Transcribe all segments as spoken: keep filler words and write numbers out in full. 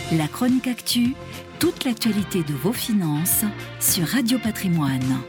La chronique actu, toute l'actualité de vos finances sur Radio Patrimoine.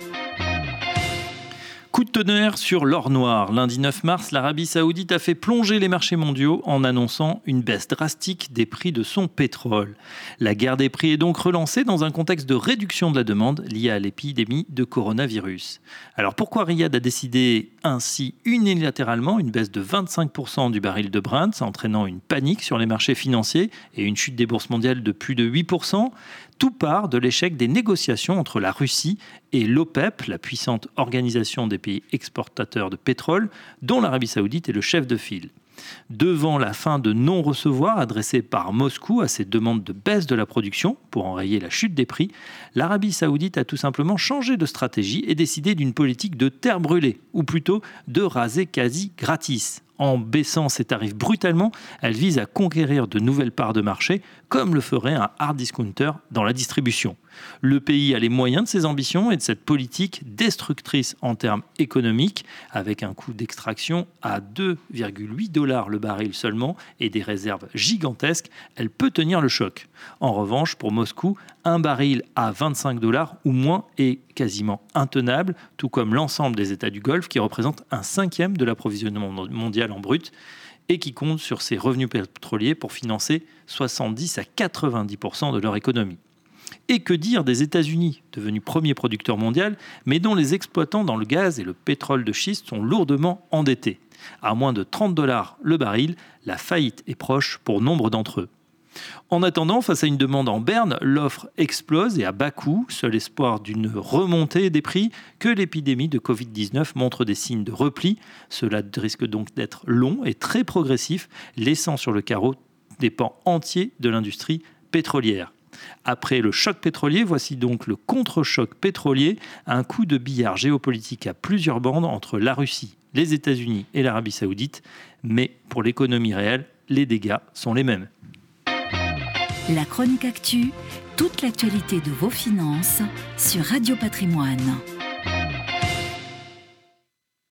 Coup de tonnerre sur l'or noir. Lundi neuf mars, l'Arabie Saoudite a fait plonger les marchés mondiaux en annonçant une baisse drastique des prix de son pétrole. La guerre des prix est donc relancée dans un contexte de réduction de la demande liée à l'épidémie de coronavirus. Alors pourquoi Riyad a décidé ainsi unilatéralement une baisse de vingt-cinq pour cent du baril de Brent, entraînant une panique sur les marchés financiers et une chute des bourses mondiales de plus de huit pour cent ? Tout part de l'échec des négociations entre la Russie et l'OPEP, la puissante organisation des pays exportateurs de pétrole, dont l'Arabie Saoudite est le chef de file. Devant la fin de non-recevoir adressée par Moscou à ses demandes de baisse de la production pour enrayer la chute des prix, l'Arabie Saoudite a tout simplement changé de stratégie et décidé d'une politique de terre brûlée, ou plutôt de raser quasi gratis. En baissant ses tarifs brutalement, elle vise à conquérir de nouvelles parts de marché, comme le ferait un hard discounter dans la distribution. Le pays a les moyens de ses ambitions et de cette politique destructrice en termes économiques, avec un coût d'extraction à deux virgule huit dollars le baril seulement et des réserves gigantesques, elle peut tenir le choc. En revanche, pour Moscou, un baril à vingt-cinq dollars ou moins est quasiment intenable, tout comme l'ensemble des États du Golfe qui représentent un cinquième de l'approvisionnement mondial en brut et qui comptent sur ses revenus pétroliers pour financer soixante-dix à quatre-vingt-dix pour cent de leur économie. Et que dire des États-Unis, devenus premier producteur mondial, mais dont les exploitants dans le gaz et le pétrole de schiste sont lourdement endettés. À moins de trente dollars le baril, la faillite est proche pour nombre d'entre eux. En attendant, face à une demande en berne, l'offre explose et à bas coût, seul espoir d'une remontée des prix, que l'épidémie de covid dix-neuf montre des signes de repli. Cela risque donc d'être long et très progressif, laissant sur le carreau des pans entiers de l'industrie pétrolière. Après le choc pétrolier, voici donc le contre-choc pétrolier, un coup de billard géopolitique à plusieurs bandes entre la Russie, les États-Unis et l'Arabie Saoudite. Mais pour l'économie réelle, les dégâts sont les mêmes. La chronique actu, toute l'actualité de vos finances sur Radio Patrimoine.